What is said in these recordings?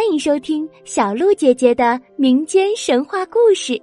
欢迎收听小鹿姐姐的民间神话故事《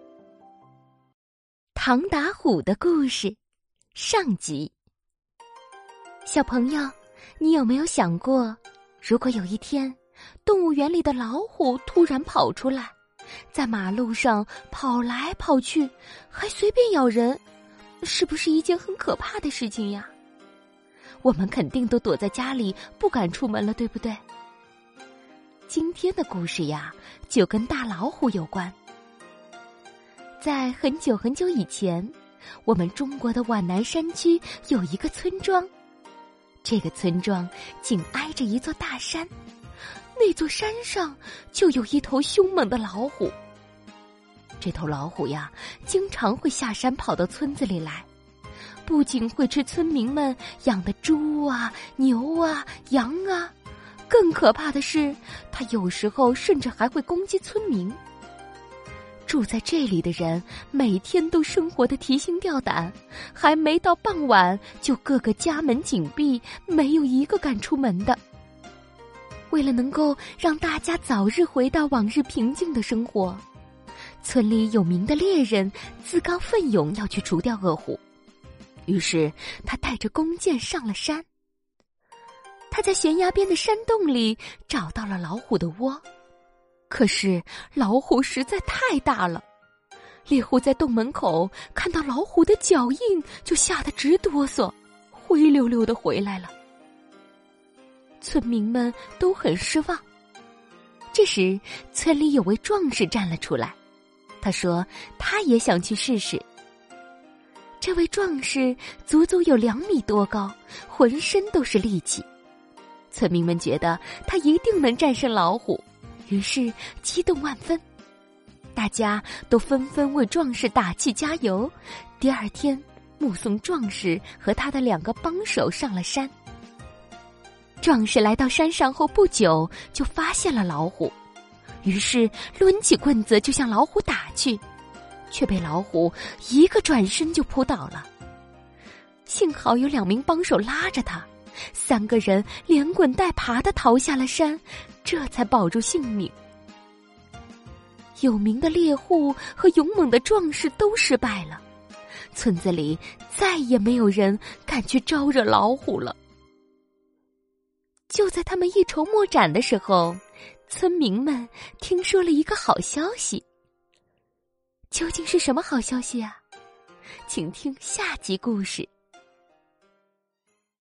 唐打虎的故事》上集。小朋友，你有没有想过，如果有一天动物园里的老虎突然跑出来，在马路上跑来跑去，还随便咬人，是不是一件很可怕的事情呀？我们肯定都躲在家里不敢出门了，对不对？今天的故事呀，就跟大老虎有关。在很久很久以前，我们中国的皖南山区有一个村庄，这个村庄紧挨着一座大山，那座山上就有一头凶猛的老虎。这头老虎呀，经常会下山跑到村子里来，不仅会吃村民们养的猪啊、牛啊、羊啊，更可怕的是，它有时候甚至还会攻击村民。住在这里的人每天都生活得提心吊胆，还没到傍晚就个个家门紧闭，没有一个敢出门的。为了能够让大家早日回到往日平静的生活，村里有名的猎人自告奋勇要去除掉恶虎，于是他带着弓箭上了山。他在悬崖边的山洞里找到了老虎的窝，可是老虎实在太大了，猎户在洞门口看到老虎的脚印，就吓得直哆嗦，灰溜溜地回来了。村民们都很失望。这时村里有位壮士站了出来，他说他也想去试试。这位壮士足足有2米多高，浑身都是力气。村民们觉得他一定能战胜老虎，于是激动万分，大家都纷纷为壮士打气加油。第二天，目送壮士和他的2个帮手上了山。壮士来到山上后不久，就发现了老虎，于是抡起棍子就向老虎打去，却被老虎一个转身就扑倒了。幸好有2名帮手拉着他，3个人连滚带爬地逃下了山，这才保住性命。有名的猎户和勇猛的壮士都失败了，村子里再也没有人敢去招惹老虎了。就在他们一筹莫展的时候，村民们听说了一个好消息。究竟是什么好消息啊？请听下集故事。